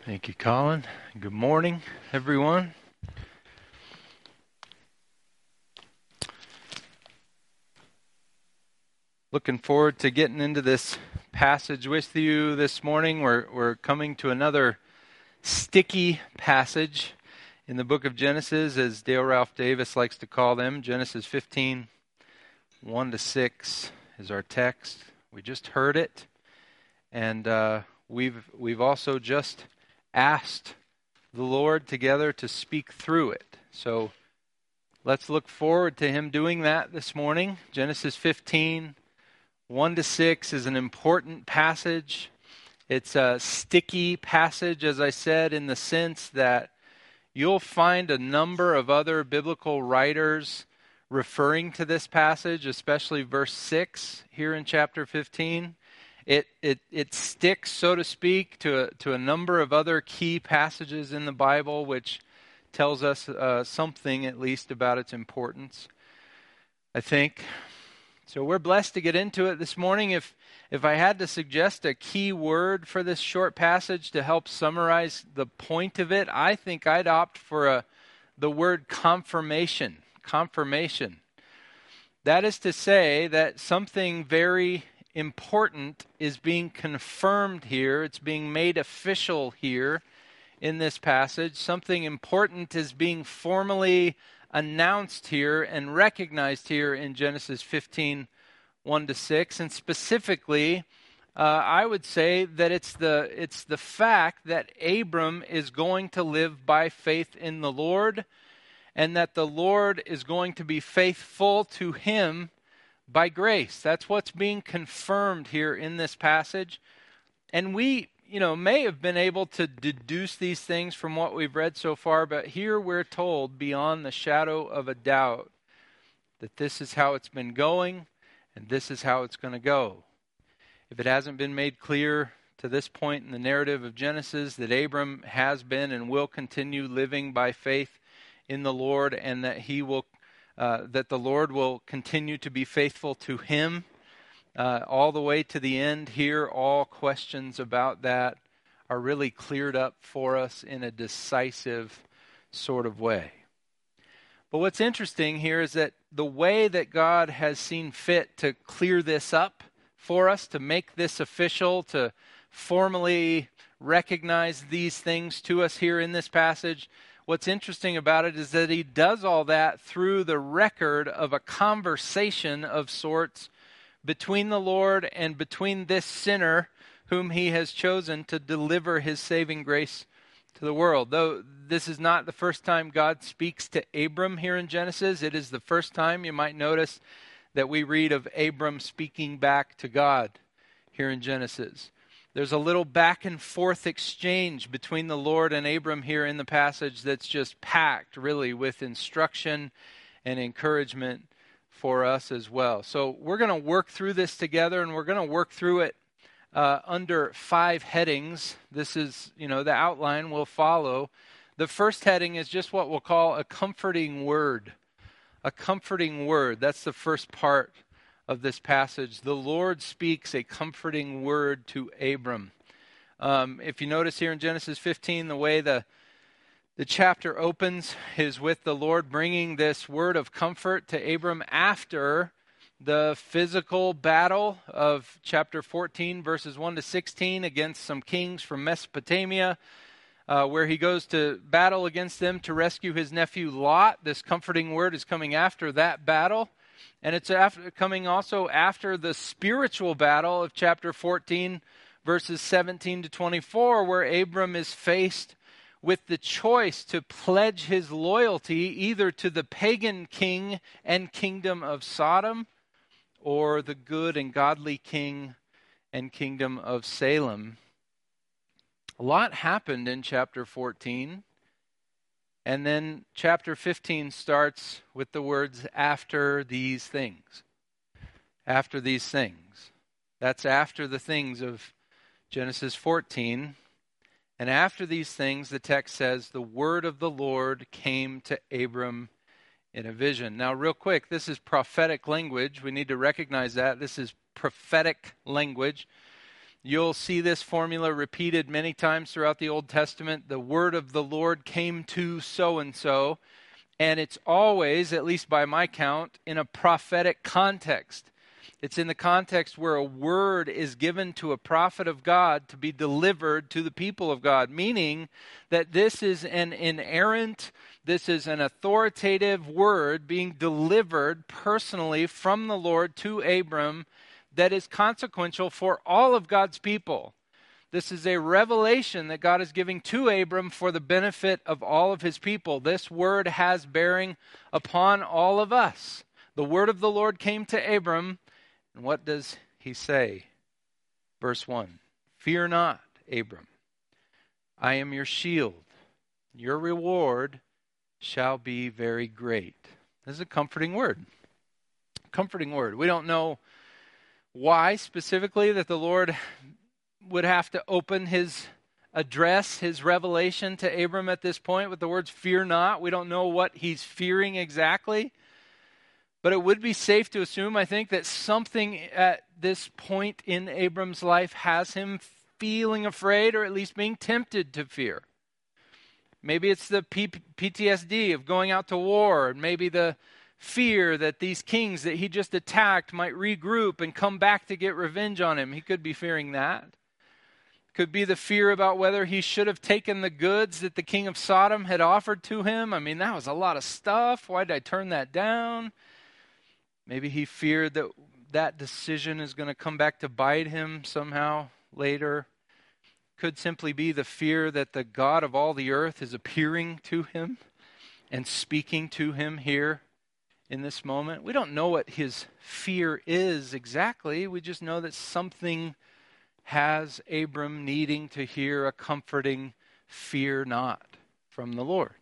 Thank you, Colin. Good morning, everyone. Looking forward to getting into this passage with you this morning. We're coming to another sticky passage in the book of Genesis, as Dale Ralph Davis likes to call them. Genesis 15, 1-6 is our text. We just heard it, and we've also just asked the Lord together to speak through it. So let's look forward to Him doing that this morning. Genesis 15, 1-6 is an important passage. It's a sticky passage, as I said, in the sense that you'll find a number of other biblical writers referring to this passage, especially verse 6 here in chapter 15. It sticks, so to speak, to a number of other key passages in the Bible, which tells us something, at least, about its importance, I think. So we're blessed to get into it this morning. If I had to suggest a key word for this short passage to help summarize the point of it, I think I'd opt for the word confirmation. Confirmation. That is to say that something very important is being confirmed here. It's being made official here in this passage. Something important is being formally announced here and recognized here in Genesis 15, 1-6. And specifically, I would say that it's the fact that Abram is going to live by faith in the Lord, and that the Lord is going to be faithful to him by grace. That's what's being confirmed here in this passage. And we, may have been able to deduce these things from what we've read so far, but here we're told beyond the shadow of a doubt that this is how it's been going and this is how it's going to go. If it hasn't been made clear to this point in the narrative of Genesis that Abram has been and will continue living by faith in the Lord, and that that the Lord will continue to be faithful to him all the way to the end here, all questions about that are really cleared up for us in a decisive sort of way. But what's interesting here is that the way that God has seen fit to clear this up for us, to make this official, to formally recognize these things to us here in this passage, what's interesting about it is that he does all that through the record of a conversation of sorts between the Lord and between this sinner whom he has chosen to deliver his saving grace to the world. Though this is not the first time God speaks to Abram here in Genesis, it is the first time, you might notice, that we read of Abram speaking back to God here in Genesis. There's a little back and forth exchange between the Lord and Abram here in the passage that's just packed really with instruction and encouragement for us as well. So we're going to work through this together, and we're going to work through it under 5 headings. This is, the outline we'll follow. The first heading is just what we'll call a comforting word. A comforting word. That's the first part of this passage. The Lord speaks a comforting word to Abram. If you notice here in Genesis 15, the way the chapter opens is with the Lord bringing this word of comfort to Abram after the physical battle of chapter 14, verses 1-16, against some kings from Mesopotamia, where he goes to battle against them to rescue his nephew Lot. This comforting word is coming after that battle. And it's coming also after the spiritual battle of chapter 14, verses 17-24, where Abram is faced with the choice to pledge his loyalty either to the pagan king and kingdom of Sodom or the good and godly king and kingdom of Salem. A lot happened in chapter 14. And then chapter 15 starts with the words, after these things. After these things. That's after the things of Genesis 14. And after these things, the text says, the word of the Lord came to Abram in a vision. Now, real quick, this is prophetic language. We need to recognize that. This is prophetic language. You'll see this formula repeated many times throughout the Old Testament. The word of the Lord came to so-and-so, and it's always, at least by my count, in a prophetic context. It's in the context where a word is given to a prophet of God to be delivered to the people of God, meaning that this is an inerrant, this is an authoritative word being delivered personally from the Lord to Abram that is consequential for all of God's people. This is a revelation that God is giving to Abram for the benefit of all of his people. This word has bearing upon all of us. The word of the Lord came to Abram, and what does he say? Verse 1, "Fear not, Abram. I am your shield. Your reward shall be very great." This is a comforting word. Comforting word. We don't know why specifically that the Lord would have to open his address, his revelation to Abram at this point with the words, "Fear not." We don't know what he's fearing exactly. But it would be safe to assume, I think, that something at this point in Abram's life has him feeling afraid or at least being tempted to fear. Maybe it's the PTSD of going out to war. Maybe the fear that these kings that he just attacked might regroup and come back to get revenge on him. He could be fearing that. Could be the fear about whether he should have taken the goods that the king of Sodom had offered to him. I mean, that was a lot of stuff. Why did I turn that down? Maybe he feared that that decision is going to come back to bite him somehow later. Could simply be the fear that the God of all the earth is appearing to him and speaking to him here in this moment. We don't know what his fear is exactly. We just know that something has Abram needing to hear a comforting "fear not" from the Lord.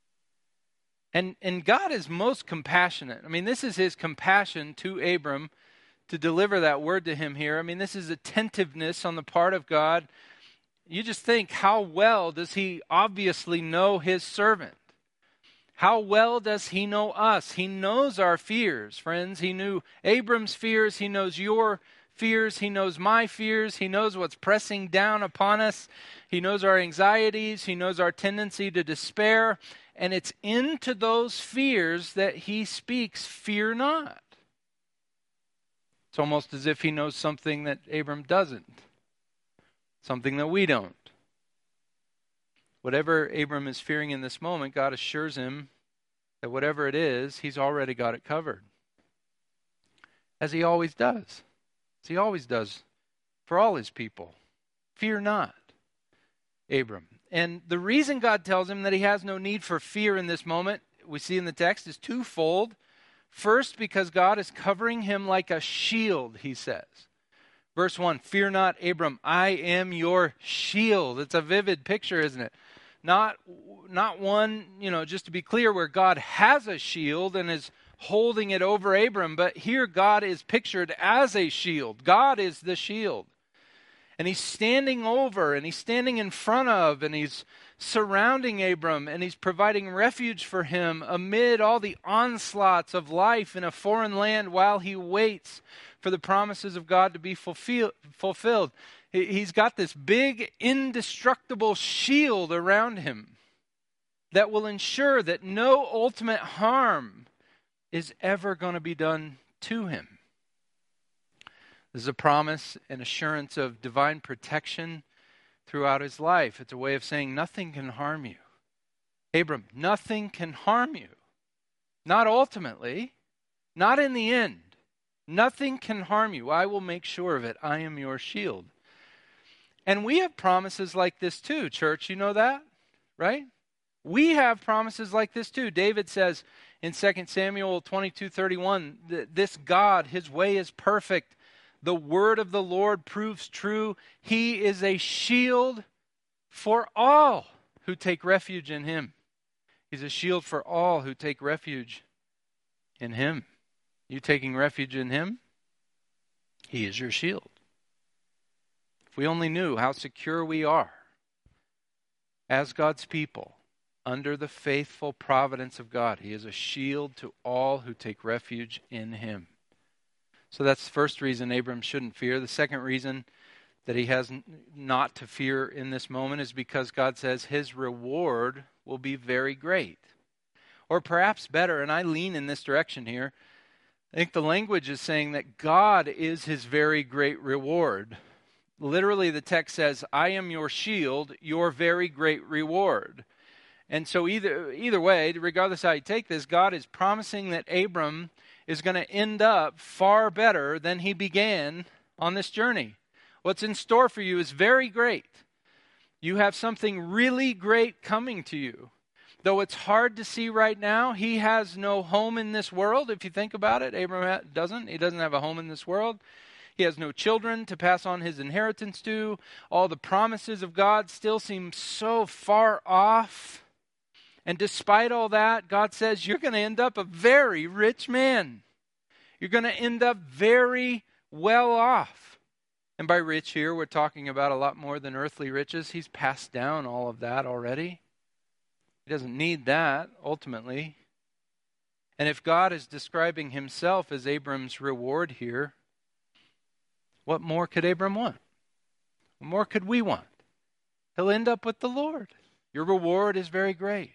And God is most compassionate. I mean, this is his compassion to Abram to deliver that word to him here. I mean, this is attentiveness on the part of God. You just think, how well does he obviously know his servant? How well does he know us? He knows our fears, friends. He knew Abram's fears. He knows your fears. He knows my fears. He knows what's pressing down upon us. He knows our anxieties. He knows our tendency to despair. And it's into those fears that he speaks, "Fear not." It's almost as if he knows something that Abram doesn't, something that we don't. Whatever Abram is fearing in this moment, God assures him that whatever it is, he's already got it covered. As he always does. As he always does for all his people. Fear not, Abram. And the reason God tells him that he has no need for fear in this moment, we see in the text, is twofold. First, because God is covering him like a shield, he says. Verse 1, "Fear not, Abram, I am your shield." It's a vivid picture, isn't it? Not one, just to be clear, where God has a shield and is holding it over Abram, but here God is pictured as a shield. God is the shield. And he's standing over, and he's standing in front of, and he's surrounding Abram, and he's providing refuge for him amid all the onslaughts of life in a foreign land while he waits for the promises of God to be fulfilled. He's got this big, indestructible shield around him that will ensure that no ultimate harm is ever going to be done to him. This is a promise and assurance of divine protection throughout his life. It's a way of saying nothing can harm you. Abram, nothing can harm you. Not ultimately, not in the end. Nothing can harm you. I will make sure of it. I am your shield. And we have promises like this too, church. You know that, right? We have promises like this too. David says in 2 Samuel 22:31, this God, his way is perfect. The word of the Lord proves true. He is a shield for all who take refuge in him. He's a shield for all who take refuge in him. You taking refuge in him? He is your shield. If we only knew how secure we are as God's people under the faithful providence of God. He is a shield to all who take refuge in him. So that's the first reason Abram shouldn't fear. The second reason that he has not to fear in this moment is because God says his reward will be very great. Or perhaps better, and I lean in this direction here, I think the language is saying that God is his very great reward. Literally, the text says, I am your shield, your very great reward. And so either way, regardless how you take this, God is promising that Abram is going to end up far better than he began on this journey. What's in store for you is very great. You have something really great coming to you. Though it's hard to see right now, he has no home in this world. If you think about it, Abram doesn't. He doesn't have a home in this world. He has no children to pass on his inheritance to. All the promises of God still seem so far off. And despite all that, God says, you're going to end up a very rich man. You're going to end up very well off. And by rich here, we're talking about a lot more than earthly riches. He's passed down all of that already. He doesn't need that, ultimately. And if God is describing himself as Abram's reward here, what more could Abram want? What more could we want? He'll end up with the Lord. Your reward is very great.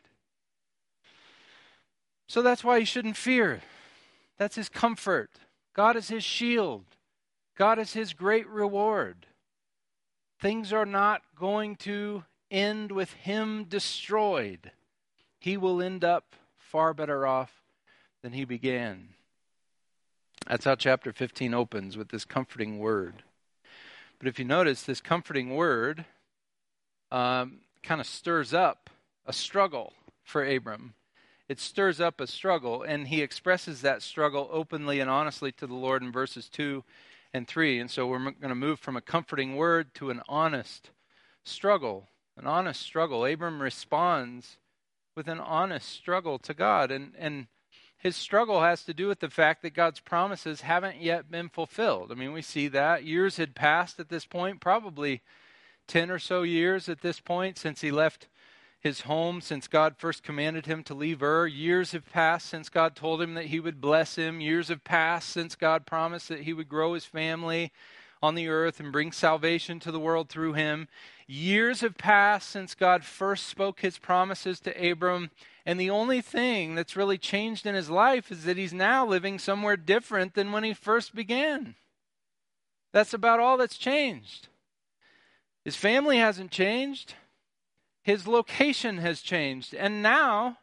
So that's why he shouldn't fear. That's his comfort. God is his shield. God is his great reward. Things are not going to end with him destroyed. He will end up far better off than he began. That's how chapter 15 opens, with this comforting word. But if you notice, this comforting word kind of stirs up a struggle for Abram. It stirs up a struggle, and he expresses that struggle openly and honestly to the Lord in verses 2 and 3. And so we're going to move from a comforting word to an honest struggle. An honest struggle. Abram responds with an honest struggle to God. And his struggle has to do with the fact that God's promises haven't yet been fulfilled. I mean, we see that. Years had passed at this point, probably 10 or so years at this point since he left his home, since God first commanded him to leave Ur. Years have passed since God told him that he would bless him. Years have passed since God promised that he would grow his family on the earth and bring salvation to the world through him. Years have passed since God first spoke his promises to Abram, and the only thing that's really changed in his life is that he's now living somewhere different than when he first began. That's about all that's changed. His family hasn't changed. His location has changed. And now,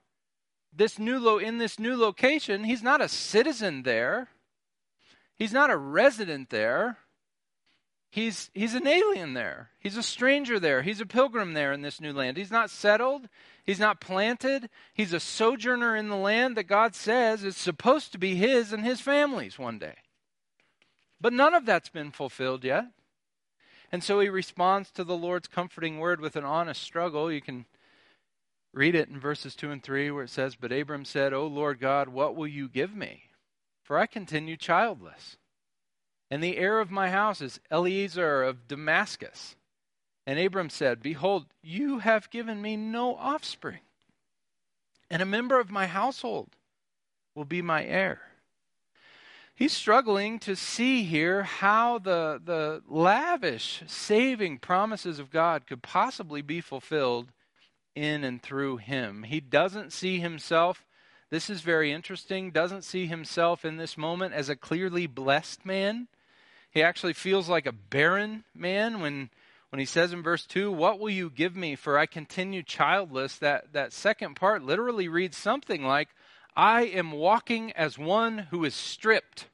in this new location, he's not a citizen there. He's not a resident there. He's an alien there. He's a stranger there. He's a pilgrim there in this new land. He's not settled. He's not planted. He's a sojourner in the land that God says is supposed to be his and his family's one day. But none of that's been fulfilled yet. And so he responds to the Lord's comforting word with an honest struggle. You can read it in verses 2 and 3 where it says, But Abram said, O Lord God, what will you give me? For I continue childless. And the heir of my house is Eliezer of Damascus. And Abram said, Behold, you have given me no offspring, and a member of my household will be my heir. He's struggling to see here how the lavish saving promises of God could possibly be fulfilled in and through him. He doesn't see himself, this is very interesting, doesn't see himself in this moment as a clearly blessed man. He actually feels like a barren man when he says in verse 2, What will you give me, for I continue childless? That second part literally reads something like, I am walking as one who is stripped.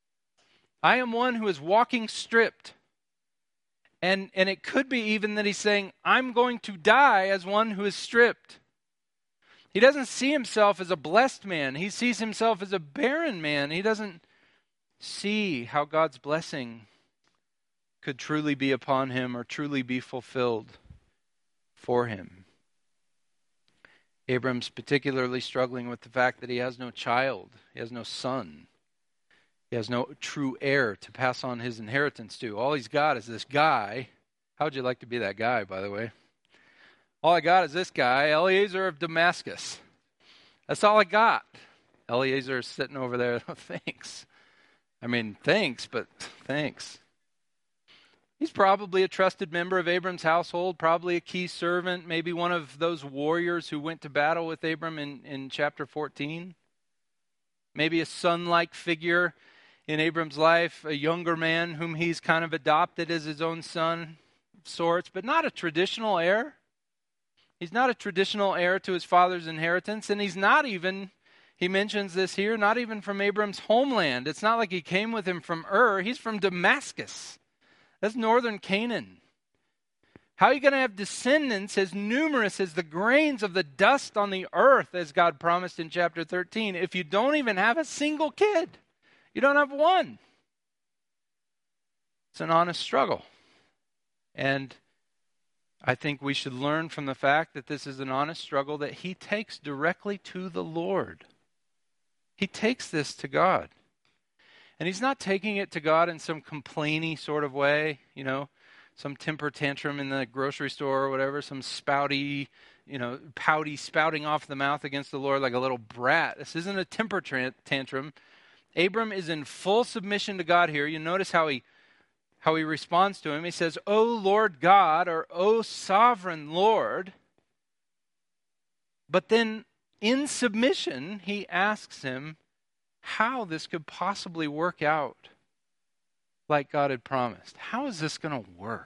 I am one who is walking stripped. And it could be even that he's saying, I'm going to die as one who is stripped. He doesn't see himself as a blessed man. He sees himself as a barren man. He doesn't see how God's blessing could truly be upon him or truly be fulfilled for him. Abram's particularly struggling with the fact that he has no child. He has no son. He has no true heir to pass on his inheritance to. All he's got is this guy. How would you like to be that guy, by the way? All I got is this guy, Eliezer of Damascus. That's all I got. Eliezer is sitting over there. Thanks. I mean, thanks, but thanks. He's probably a trusted member of Abram's household, probably a key servant, maybe one of those warriors who went to battle with Abram in chapter 14. Maybe a son-like figure in Abram's life, a younger man whom he's kind of adopted as his own son of sorts, but not a traditional heir. He's not a traditional heir to his father's inheritance, and he's not even, he mentions this here, not even from Abram's homeland. It's not like he came with him from Ur. He's from Damascus. That's northern Canaan. How are you going to have descendants as numerous as the grains of the dust on the earth, as God promised in chapter 13, if you don't even have a single kid? You don't have one. It's an honest struggle. And I think we should learn from the fact that this is an honest struggle that he takes directly to the Lord. He takes this to God. And he's not taking it to God in some complainy sort of way, some temper tantrum in the grocery store or whatever, some spouty, pouty spouting off the mouth against the Lord like a little brat. This isn't a temper tantrum. Abram is in full submission to God here. You notice how he responds to him. He says, "O Lord God," or "O sovereign Lord." But then in submission, he asks him how this could possibly work out like God had promised. How is this going to work?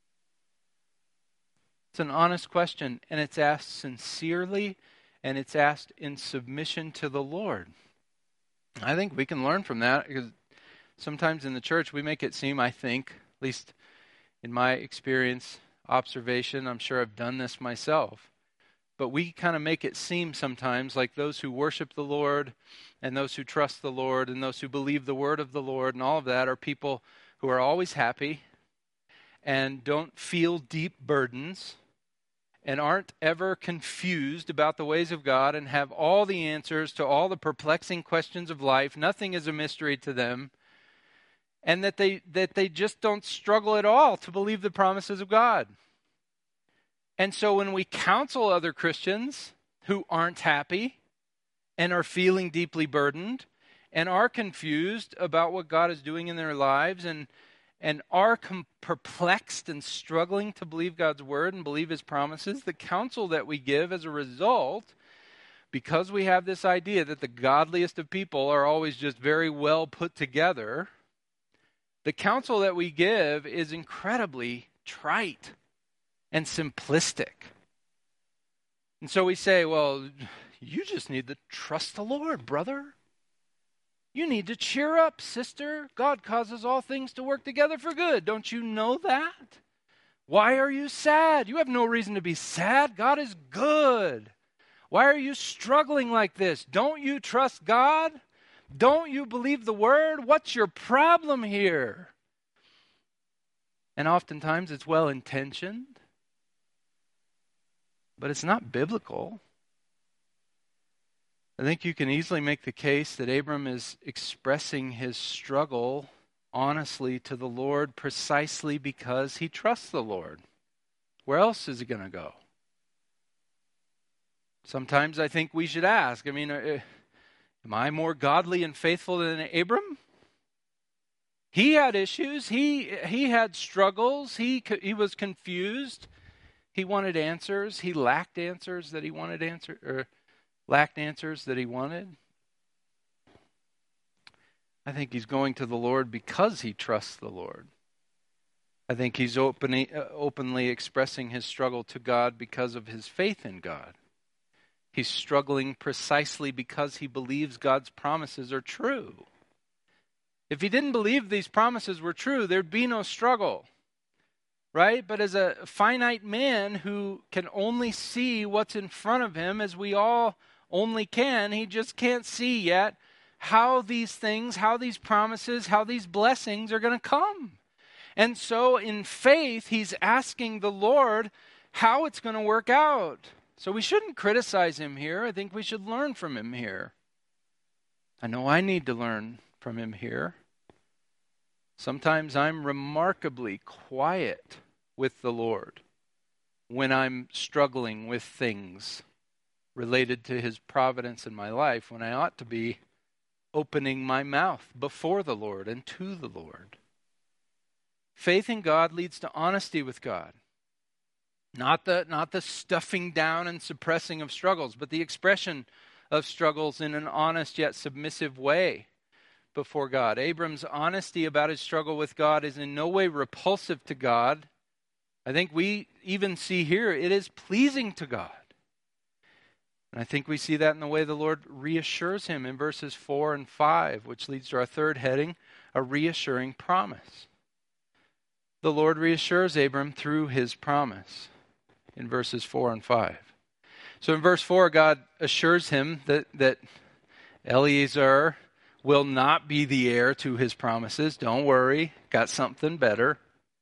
It's an honest question, and it's asked sincerely, and it's asked in submission to the Lord. I think we can learn from that, because sometimes in the church we make it seem, I think, at least in my experience, observation, I'm sure I've done this myself, but we kind of make it seem sometimes like those who worship the Lord and those who trust the Lord and those who believe the word of the Lord and all of that are people who are always happy and don't feel deep burdens and aren't ever confused about the ways of God and have all the answers to all the perplexing questions of life. Nothing is a mystery to them. And that they just don't struggle at all to believe the promises of God. And so when we counsel other Christians who aren't happy and are feeling deeply burdened and are confused about what God is doing in their lives and are perplexed and struggling to believe God's word and believe his promises, the counsel that we give as a result, because we have this idea that the godliest of people are always just very well put together, the counsel that we give is incredibly trite and simplistic. And so we say, well, you just need to trust the Lord, brother. You need to cheer up, sister. God causes all things to work together for good. Don't you know that? Why are you sad? You have no reason to be sad. God is good. Why are you struggling like this? Don't you trust God? Don't you believe the word? What's your problem here? And oftentimes it's well-intentioned, but it's not biblical. I think you can easily make the case that Abram is expressing his struggle honestly to the Lord precisely because he trusts the Lord. Where else is he going to go? Sometimes I think we should ask, am I more godly and faithful than Abram? He had issues. He had struggles. He was confused. He wanted answers. He lacked answers that he wanted lacked answers that he wanted. I think he's going to the Lord because he trusts the Lord. I think he's openly expressing his struggle to God because of his faith in God. He's struggling precisely because he believes God's promises are true. If he didn't believe these promises were true, there'd be no struggle, right? But as a finite man who can only see what's in front of him, as we all only can, he just can't see yet how these things, how these promises, how these blessings are going to come. And so in faith, he's asking the Lord how it's going to work out. So we shouldn't criticize him here. I think we should learn from him here. I know I need to learn from him here. Sometimes I'm remarkably quiet with the Lord when I'm struggling with things related to his providence in my life, when I ought to be opening my mouth before the Lord and to the Lord. Faith in God leads to honesty with God. Not the stuffing down and suppressing of struggles, but the expression of struggles in an honest yet submissive way before God. Abram's honesty about his struggle with God is in no way repulsive to God. I think we even see here it is pleasing to God. And I think we see that in the way the Lord reassures him in verses 4 and 5, which leads to our third heading, a reassuring promise. The Lord reassures Abram through his promise in verses 4 and 5. So in verse 4, God assures him that Eliezer will not be the heir to his promises. Don't worry, got something better.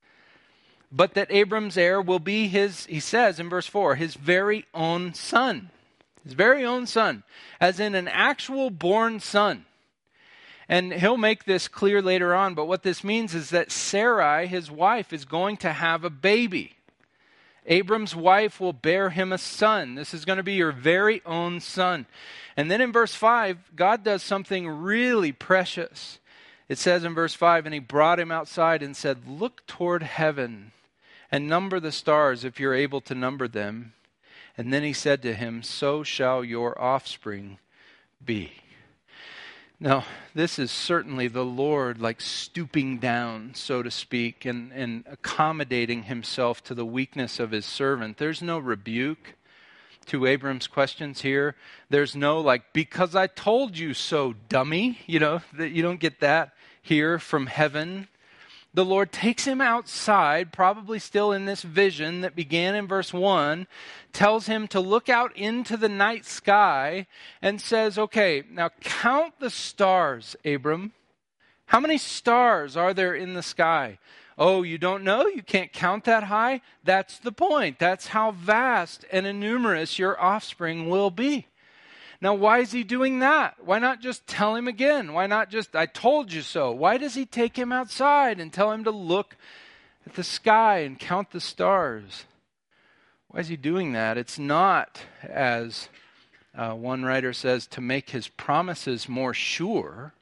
But that Abram's heir will be his, he says in verse 4, his very own son. His very own son, as in an actual born son. And he'll make this clear later on, but what this means is that Sarai, his wife, is going to have a baby. Abram's wife will bear him a son. This is going to be your very own son. And then in verse 5, God does something really precious. It says in verse 5, and he brought him outside and said, look toward heaven and number the stars if you're able to number them. And then he said to him, so shall your offspring be. Now, this is certainly the Lord like stooping down, so to speak, and accommodating himself to the weakness of his servant. There's no rebuke to Abram's questions here. There's no like, because I told you so, dummy. That you don't get that here from heaven. The Lord takes him outside, probably still in this vision that began in verse 1, tells him to look out into the night sky and says, okay, now count the stars, Abram. How many stars are there in the sky? Oh, you don't know? You can't count that high? That's the point. That's how vast and numerous your offspring will be. Now, why is he doing that? Why not just tell him again? Why not just, I told you so? Why does he take him outside and tell him to look at the sky and count the stars? Why is he doing that? It's not, as one writer says, to make his promises more sure.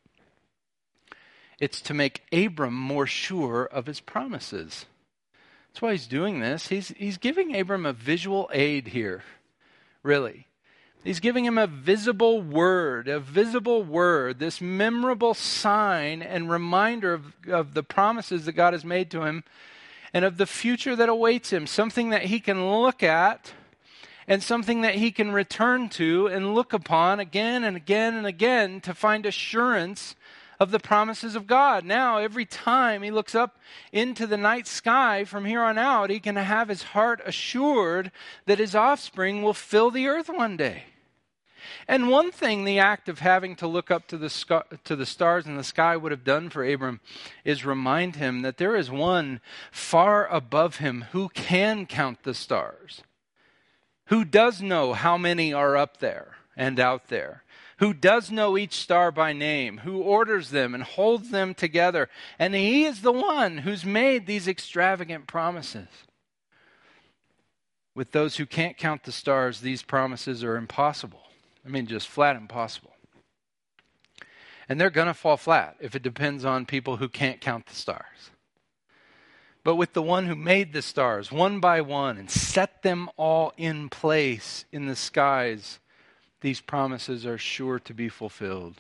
It's to make Abram more sure of his promises. That's why he's doing this. He's giving Abram a visual aid here, really. He's giving him a visible word, this memorable sign and reminder of the promises that God has made to him and of the future that awaits him, something that he can look at and something that he can return to and look upon again and again and again to find assurance of the promises of God. Now, every time he looks up into the night sky from here on out, he can have his heart assured that his offspring will fill the earth one day. And one thing the act of having to look up to the stars in the sky would have done for Abram is remind him that there is one far above him who can count the stars, who does know how many are up there and out there, who does know each star by name, who orders them and holds them together. And he is the one who's made these extravagant promises. With those who can't count the stars, these promises are impossible. I mean, just flat impossible. And they're going to fall flat if it depends on people who can't count the stars. But with the one who made the stars one by one and set them all in place in the skies, these promises are sure to be fulfilled.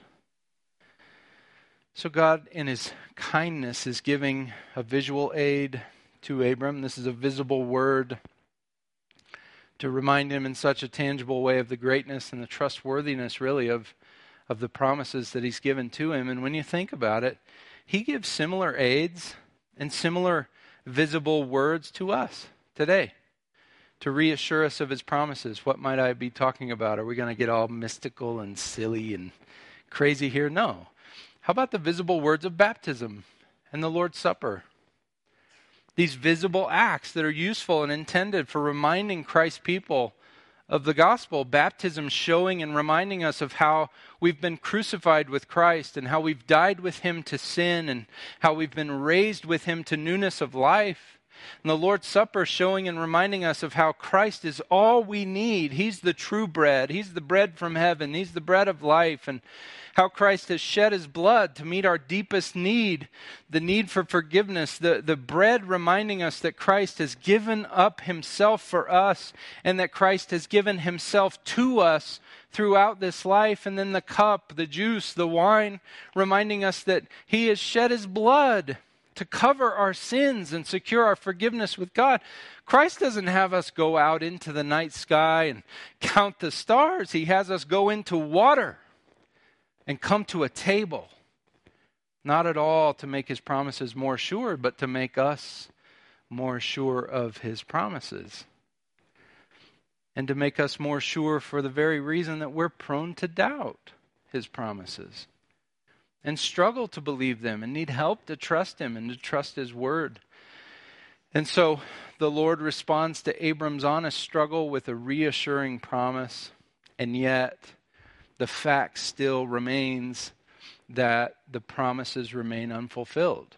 So God, in his kindness, is giving a visual aid to Abram. This is a visible word to remind him in such a tangible way of the greatness and the trustworthiness, really, of the promises that he's given to him. And when you think about it, he gives similar aids and similar visible words to us today to reassure us of his promises. What might I be talking about? Are we going to get all mystical and silly and crazy here? No. How about the visible words of baptism and the Lord's Supper? These visible acts that are useful and intended for reminding Christ's people of the gospel. Baptism showing and reminding us of how we've been crucified with Christ and how we've died with him to sin and how we've been raised with him to newness of life. And the Lord's Supper showing and reminding us of how Christ is all we need. He's the true bread. He's the bread from heaven. He's the bread of life. And how Christ has shed his blood to meet our deepest need, the need for forgiveness. The bread reminding us that Christ has given up himself for us and that Christ has given himself to us throughout this life. And then the cup, the juice, the wine, reminding us that he has shed his blood to cover our sins and secure our forgiveness with God. Christ doesn't have us go out into the night sky and count the stars. He has us go into water and come to a table. Not at all to make his promises more sure, but to make us more sure of his promises. And to make us more sure for the very reason that we're prone to doubt his promises and struggle to believe them and need help to trust him and to trust his word. And so the Lord responds to Abram's honest struggle with a reassuring promise, and yet the fact still remains that the promises remain unfulfilled.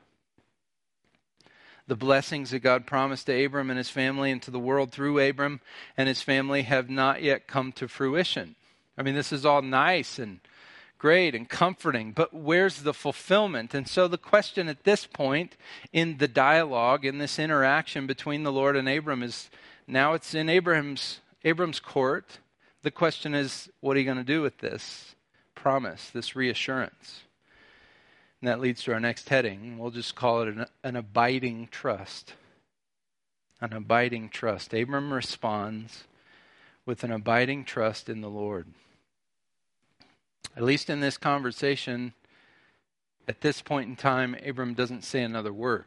The blessings that God promised to Abram and his family and to the world through Abram and his family have not yet come to fruition. I mean, this is all nice and great and comforting, but where's the fulfillment? And so the question at this point in the dialogue, in this interaction between the Lord and Abram, is now it's in Abram's court. The question is, what are you going to do with this promise, this reassurance? And that leads to our next heading. We'll just call it an abiding trust. An abiding trust. Abram responds with an abiding trust in the Lord. At least in this conversation, at this point in time, Abram doesn't say another word.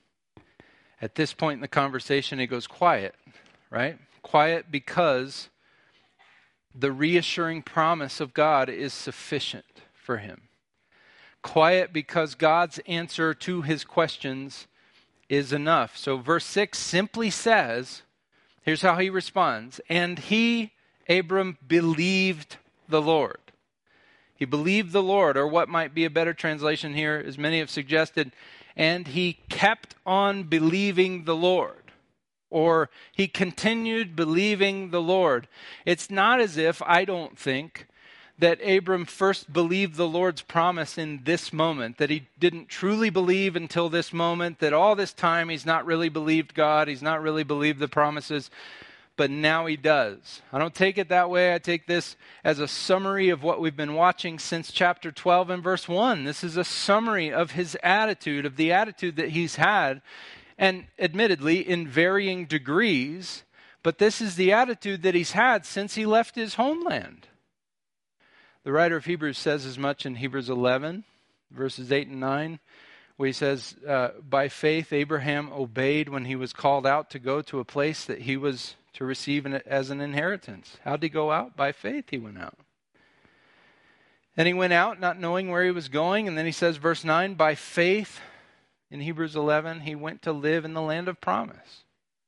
At this point in the conversation, he goes quiet, right? Quiet because the reassuring promise of God is sufficient for him. Quiet because God's answer to his questions is enough. So verse 6 simply says, here's how he responds, and he, Abram, believed the Lord. He believed the Lord, or what might be a better translation here, as many have suggested, and he kept on believing the Lord. Or he continued believing the Lord. It's not as if, I don't think, that Abram first believed the Lord's promise in this moment, that he didn't truly believe until this moment, that all this time he's not really believed God, he's not really believed the promises, but now he does. I don't take it that way. I take this as a summary of what we've been watching since chapter 12 and verse 1. This is a summary of his attitude, of the attitude that he's had, and admittedly in varying degrees, but this is the attitude that he's had since he left his homeland. The writer of Hebrews says as much in Hebrews 11, verses 8 and 9, where he says, by faith Abraham obeyed when he was called out to go to a place that he was to receive as an inheritance. How did he go out? By faith he went out. And he went out not knowing where he was going. And then he says, verse 9, by faith, in Hebrews 11, he went to live in the land of promise.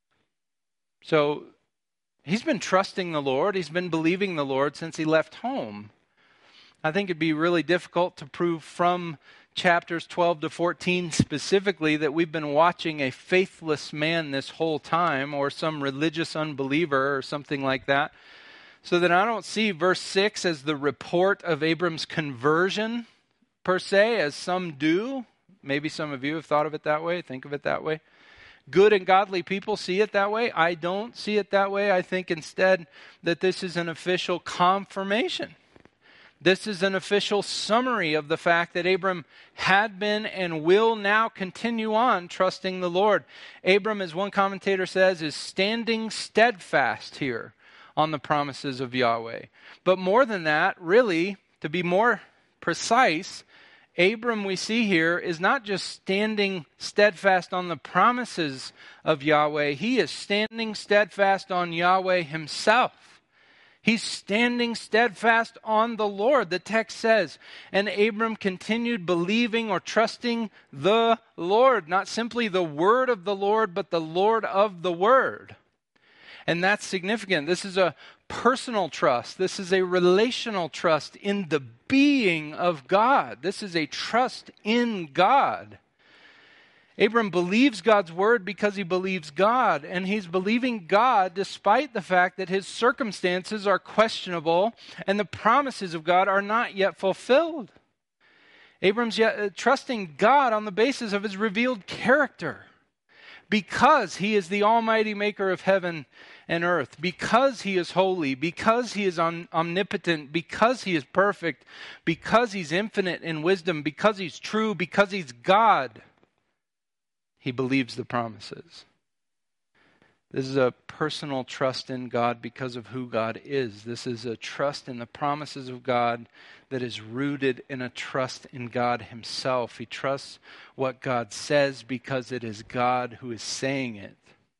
So he's been trusting the Lord. He's been believing the Lord since he left home. I think it'd be really difficult to prove from chapters 12 to 14 specifically that we've been watching a faithless man this whole time, or some religious unbeliever or something like that. So that I don't see verse 6 as the report of Abram's conversion per se, as some do. Maybe some of you have thought of it that way, think of it that way. Good and godly people see it that way. I don't see it that way. I think instead that this is an official confirmation. This is an official summary of the fact that Abram had been and will now continue on trusting the Lord. Abram, as one commentator says, is standing steadfast here on the promises of Yahweh. But more than that, really, to be more precise, Abram, we see here, is not just standing steadfast on the promises of Yahweh. He is standing steadfast on Yahweh himself. He's standing steadfast on the Lord. The text says, and Abram continued believing or trusting the Lord. Not simply the word of the Lord, but the Lord of the word. And that's significant. This is a personal trust. This is a relational trust in the being of God. This is a trust in God. Abram believes God's word because he believes God, and he's believing God despite the fact that his circumstances are questionable and the promises of God are not yet fulfilled. Abram's yet trusting God on the basis of his revealed character, because he is the almighty maker of heaven and earth, because he is holy, because he is omnipotent, because he is perfect, because he's infinite in wisdom, because he's true, because he's God. He believes the promises. This is a personal trust in God because of who God is. This is a trust in the promises of God that is rooted in a trust in God himself. He trusts what God says because it is God who is saying it,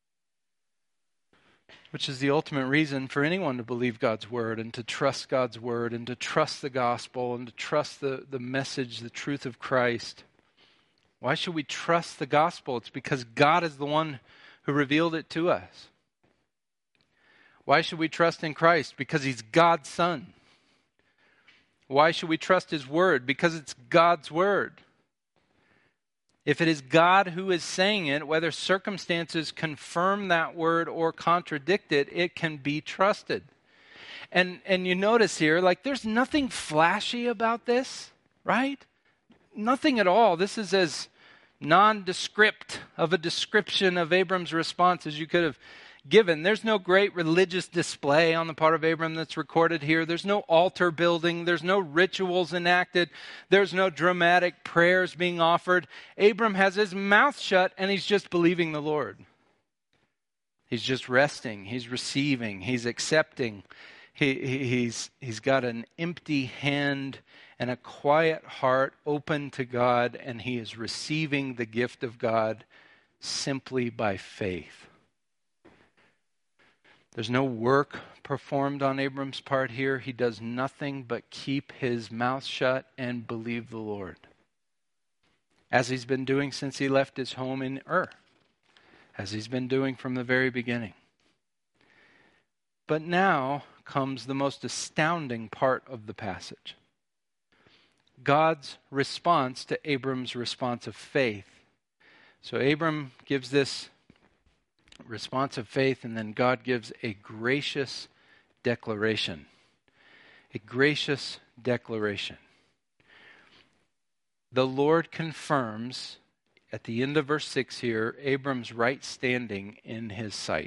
which is the ultimate reason for anyone to believe God's word and to trust God's word and to trust the gospel and to trust the message, the truth of Christ. Why should we trust the gospel? It's because God is the one who revealed it to us. Why should we trust in Christ? Because he's God's Son. Why should we trust his word? Because it's God's word. If it is God who is saying it, whether circumstances confirm that word or contradict it, it can be trusted. And you notice here, like, there's nothing flashy about this, right? Nothing at all. This is as nondescript of a description of Abram's response as you could have given. There's no great religious display on the part of Abram that's recorded here. There's no altar building. There's no rituals enacted. There's no dramatic prayers being offered. Abram has his mouth shut and he's just believing the Lord. He's just resting. He's receiving. He's accepting. He's got an empty hand and a quiet heart open to God, and he is receiving the gift of God simply by faith. There's no work performed on Abram's part here. He does nothing but keep his mouth shut and believe the Lord, as he's been doing since he left his home in Ur, as he's been doing from the very beginning. But now comes the most astounding part of the passage. God's response to Abram's response of faith. So Abram gives this response of faith, and then God gives a gracious declaration. A gracious declaration. The Lord confirms, at the end of verse 6 here, Abram's right standing in his sight.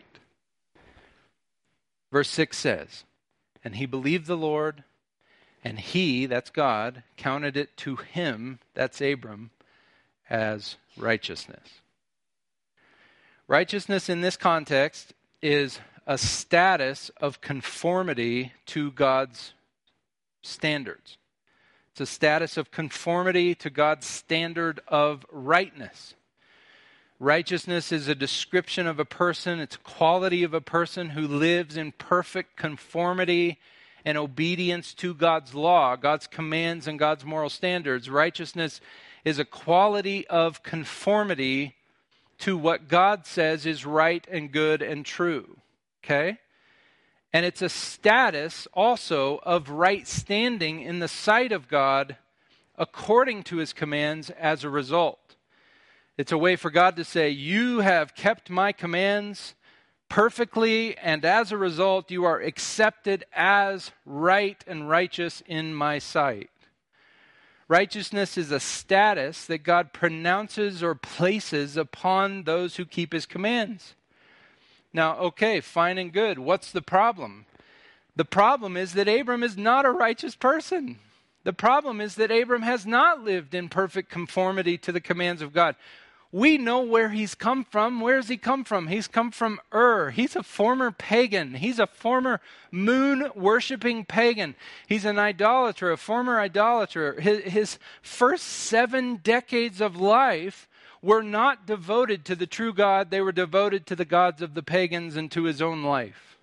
Verse 6 says, "And he believed the Lord, and he," that's God, "counted it to him," that's Abram, "as righteousness." Righteousness in this context is a status of conformity to God's standards. It's a status of conformity to God's standard of rightness. Righteousness is a description of a person. It's a quality of a person who lives in perfect conformity and obedience to God's law, God's commands, and God's moral standards. Righteousness is a quality of conformity to what God says is right and good and true. Okay? And it's a status also of right standing in the sight of God according to his commands as a result. It's a way for God to say, you have kept my commands perfectly, and as a result, you are accepted as right and righteous in my sight. Righteousness is a status that God pronounces or places upon those who keep his commands. Now, okay, fine and good. What's the problem? The problem is that Abram is not a righteous person. The problem is that Abram has not lived in perfect conformity to the commands of God. We know where he's come from. Where has he come from? He's come from Ur. He's a former pagan. He's a former moon-worshipping pagan. He's an idolater, a former idolater. His first 7 decades of life were not devoted to the true God. They were devoted to the gods of the pagans and to his own life.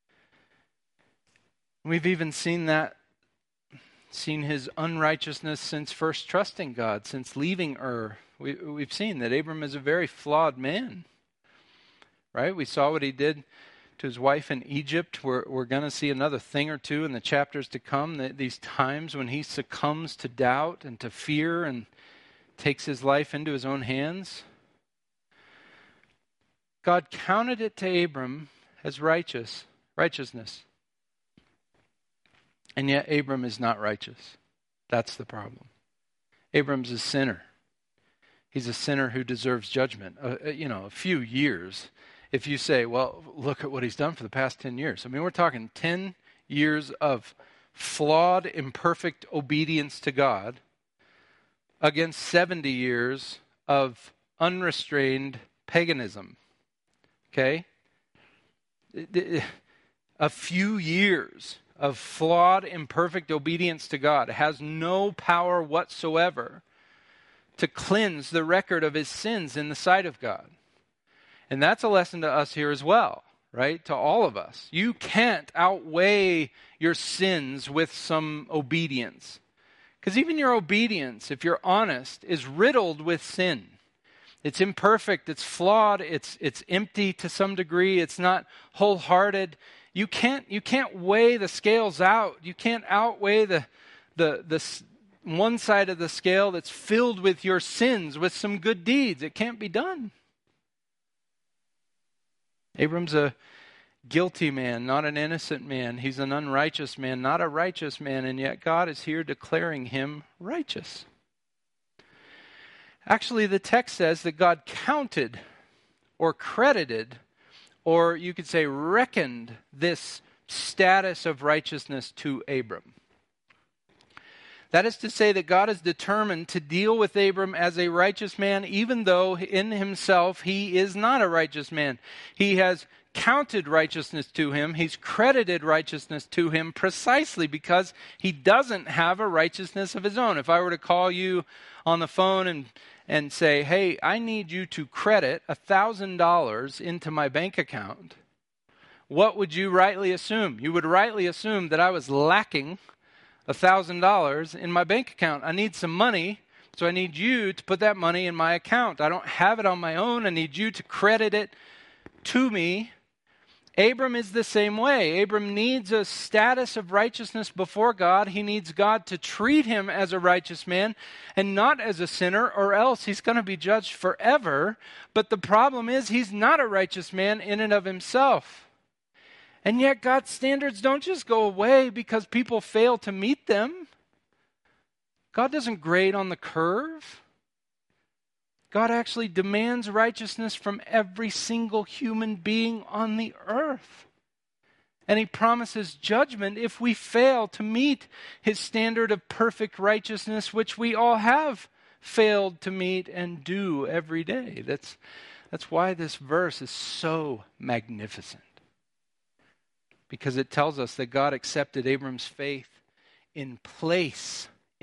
We've even seen his unrighteousness since first trusting God, since leaving Ur. We've seen that Abram is a very flawed man, right? We saw what he did to his wife in Egypt. We're going to see another thing or two in the chapters to come, these times when he succumbs to doubt and to fear and takes his life into his own hands. God counted it to Abram as righteousness. And yet Abram is not righteous. That's the problem. Abram's a sinner. He's a sinner who deserves judgment. A few years. If you say, well, look at what he's done for the past 10 years. I mean, we're talking 10 years of flawed, imperfect obedience to God against 70 years of unrestrained paganism. Okay? A few years of flawed, imperfect obedience to God has no power whatsoever to cleanse the record of his sins in the sight of God. And that's a lesson to us here as well, right? To all of us. You can't outweigh your sins with some obedience. Because even your obedience, if you're honest, is riddled with sin. It's imperfect, it's flawed, it's empty to some degree, it's not wholehearted. You can't weigh the scales out. You can't outweigh the one side of the scale that's filled with your sins, with some good deeds. It can't be done. Abram's a guilty man, not an innocent man. He's an unrighteous man, not a righteous man, and yet God is here declaring him righteous. Actually, the text says that God counted or credited, or you could say reckoned, this status of righteousness to Abram. That is to say that God is determined to deal with Abram as a righteous man, even though in himself he is not a righteous man. He has counted righteousness to him. He's credited righteousness to him precisely because he doesn't have a righteousness of his own. If I were to call you on the phone and say, hey, I need you to credit $1,000 into my bank account, what would you rightly assume? You would rightly assume that I was lacking $1,000 in my bank account. I need some money, so I need you to put that money in my account. I don't have it on my own. I need you to credit it to me. Abram is the same way. Abram needs a status of righteousness before God. He needs God to treat him as a righteous man and not as a sinner, or else he's going to be judged forever. But the problem is he's not a righteous man in and of himself. And yet God's standards don't just go away because people fail to meet them. God doesn't grade on the curve. God actually demands righteousness from every single human being on the earth. And he promises judgment if we fail to meet his standard of perfect righteousness, which we all have failed to meet and do every day. That's why this verse is so magnificent. Because it tells us that God accepted Abram's faith in place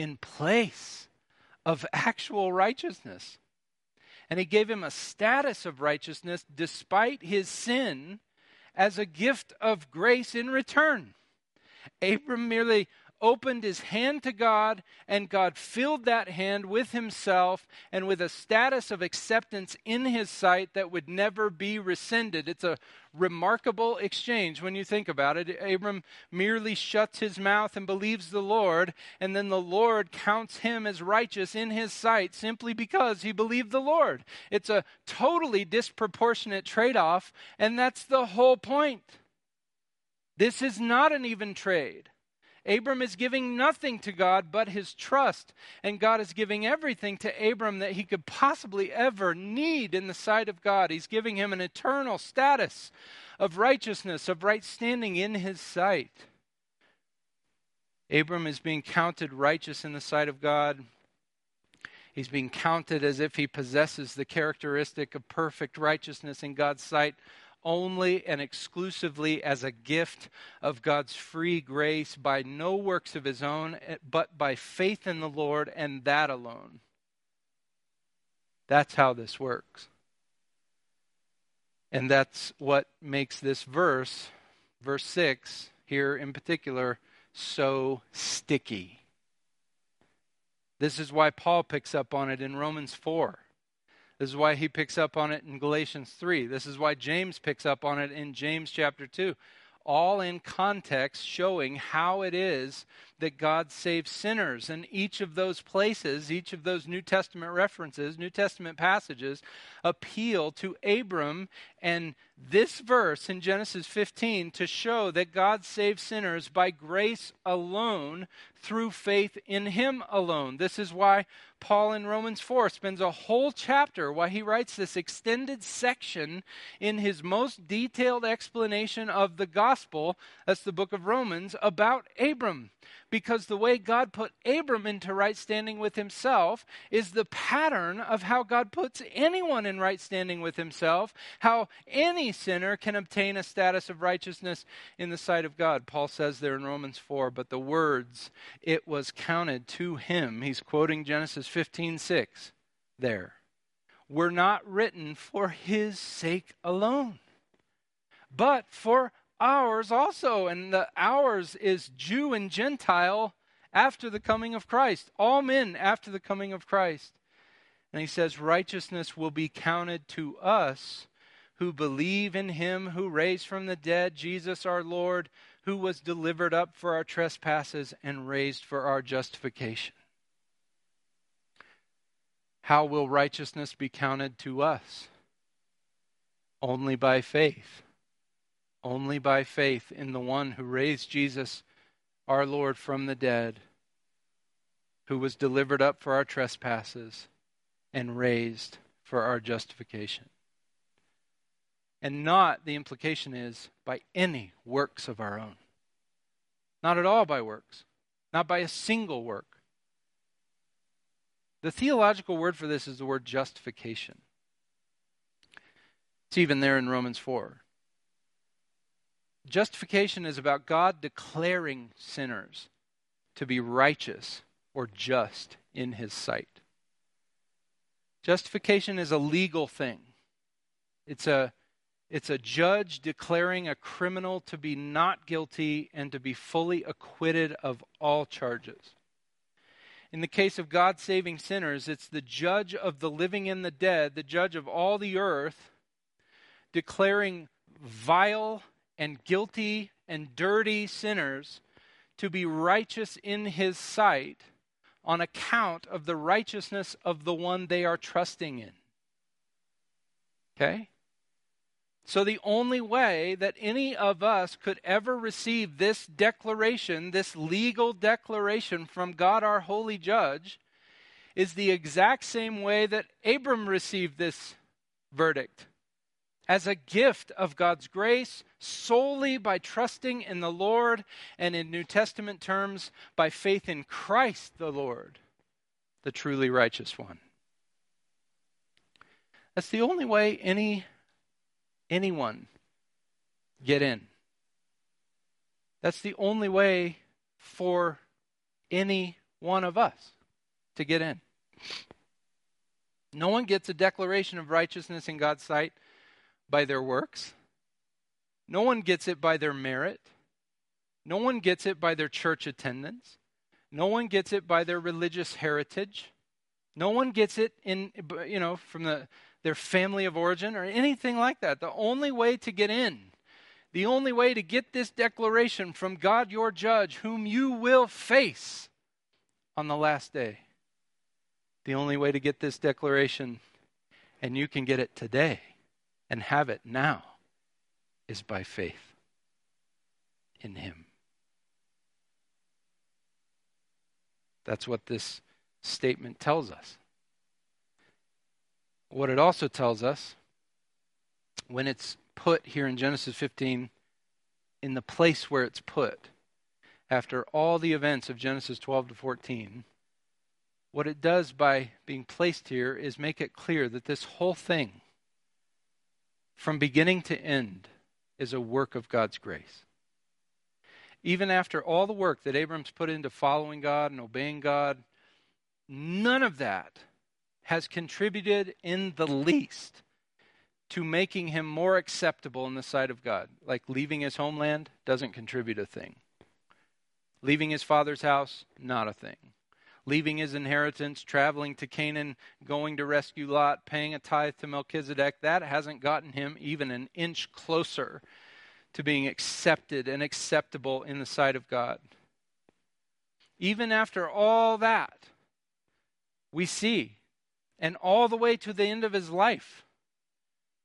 of actual righteousness. And he gave him a status of righteousness despite his sin as a gift of grace in return. Abram merely opened his hand to God, and God filled that hand with himself and with a status of acceptance in his sight that would never be rescinded. It's a remarkable exchange when you think about it. Abram merely shuts his mouth and believes the Lord, and then the Lord counts him as righteous in his sight simply because he believed the Lord. It's a totally disproportionate trade-off, and that's the whole point. This is not an even trade. Abram is giving nothing to God but his trust, and God is giving everything to Abram that he could possibly ever need in the sight of God. He's giving him an eternal status of righteousness, of right standing in his sight. Abram is being counted righteous in the sight of God. He's being counted as if he possesses the characteristic of perfect righteousness in God's sight, only and exclusively as a gift of God's free grace by no works of his own, but by faith in the Lord and that alone. That's how this works. And that's what makes this verse 6 here in particular, so sticky. This is why Paul picks up on it in Romans 4. This is why he picks up on it in Galatians 3. This is why James picks up on it in James chapter 2. All in context showing how it is that God saves sinners. And each of those places, each of those New Testament references, New Testament passages, appeal to Abram And this verse in Genesis 15 to show that God saves sinners by grace alone through faith in him alone. This is why Paul in Romans 4 spends a whole chapter, why he writes this extended section in his most detailed explanation of the gospel, that's the book of Romans, about Abram. Because the way God put Abram into right standing with himself is the pattern of how God puts anyone in right standing with himself, how any sinner can obtain a status of righteousness in the sight of God. Paul says there in Romans 4, but the words, it was counted to him, he's quoting Genesis 15:6 there, were not written for his sake alone, but for ours also. And the ours is Jew and Gentile after the coming of Christ. All men after the coming of Christ. And he says, righteousness will be counted to us who believe in him who raised from the dead, Jesus our Lord, who was delivered up for our trespasses and raised for our justification. How will righteousness be counted to us? Only by faith. Only by faith in the one who raised Jesus, our Lord, from the dead, who was delivered up for our trespasses and raised for our justification. And not, the implication is, by any works of our own. Not at all by works. Not by a single work. The theological word for this is the word justification. It's even there in Romans 4. Justification is about God declaring sinners to be righteous or just in his sight. Justification is a legal thing. It's a judge declaring a criminal to be not guilty and to be fully acquitted of all charges. In the case of God saving sinners, it's the judge of the living and the dead, the judge of all the earth, declaring vile and guilty and dirty sinners to be righteous in his sight on account of the righteousness of the one they are trusting in. Okay? So the only way that any of us could ever receive this declaration, this legal declaration from God our holy judge, is the exact same way that Abram received this verdict. As a gift of God's grace, solely by trusting in the Lord, and in New Testament terms, by faith in Christ the Lord, the truly righteous one. That's the only way anyone get in. That's the only way for any one of us to get in. No one gets a declaration of righteousness in God's sight by their works. No one gets it by their merit. No one gets it by their church attendance. No one gets it by their religious heritage. No one gets it from their family of origin or anything like that. The only way to get in, the only way to get this declaration from God your judge, whom you will face on the last day, the only way to get this declaration, and you can get it today and have it now, is by faith in him. That's what this statement tells us. What it also tells us, when it's put here in Genesis 15, in the place where it's put, after all the events of Genesis 12 to 14, what it does by being placed here is make it clear that this whole thing, from beginning to end, is a work of God's grace. Even after all the work that Abram's put into following God and obeying God, none of that has contributed in the least to making him more acceptable in the sight of God. Like leaving his homeland doesn't contribute a thing. Leaving his father's house, not a thing. Leaving his inheritance, traveling to Canaan, going to rescue Lot, paying a tithe to Melchizedek, that hasn't gotten him even an inch closer to being accepted and acceptable in the sight of God. Even after all that, we see, and all the way to the end of his life,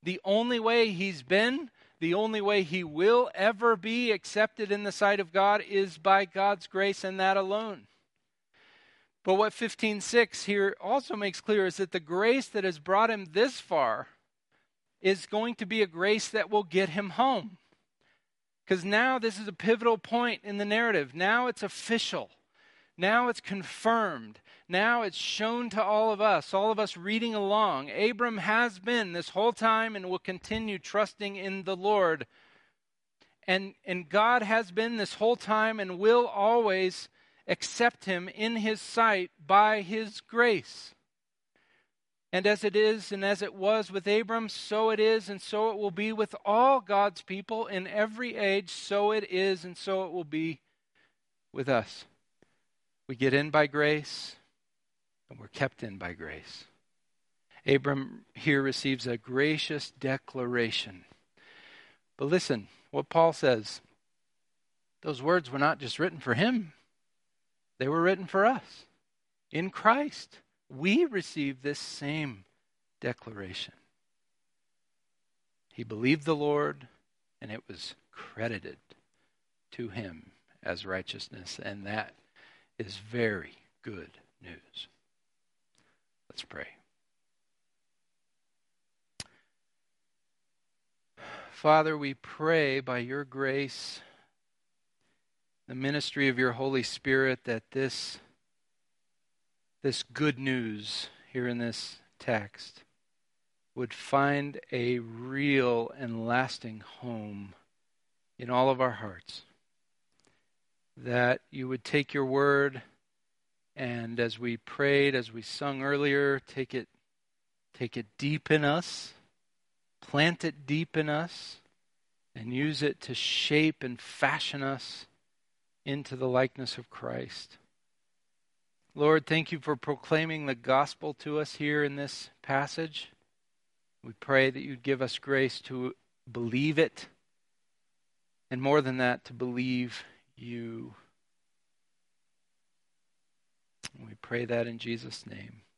The only way he's been, the only way he will ever be accepted in the sight of God is by God's grace and that alone. But what 15:6 here also makes clear is that the grace that has brought him this far is going to be a grace that will get him home. Because now this is a pivotal point in the narrative. Now it's official. Now it's confirmed. Now it's shown to all of us reading along. Abram has been this whole time and will continue trusting in the Lord. And God has been this whole time and will always accept him in his sight by his grace. And as it is and as it was with Abram, so it is and so it will be with all God's people in every age. So it is and so it will be with us. We get in by grace and we're kept in by grace. Abram here receives a gracious declaration. But listen, what Paul says, those words were not just written for him. They were written for us. In Christ, we receive this same declaration. He believed the Lord, and it was credited to him as righteousness, and that is very good news. Let's pray. Father, we pray by your grace, the ministry of your Holy Spirit, that this good news here in this text would find a real and lasting home in all of our hearts. That you would take your word and, as we prayed, as we sung earlier, take it deep in us, plant it deep in us, and use it to shape and fashion us into the likeness of Christ. Lord, thank you for proclaiming the gospel to us here in this passage. We pray that you'd give us grace to believe it, and more than that, to believe you. We pray that in Jesus' name.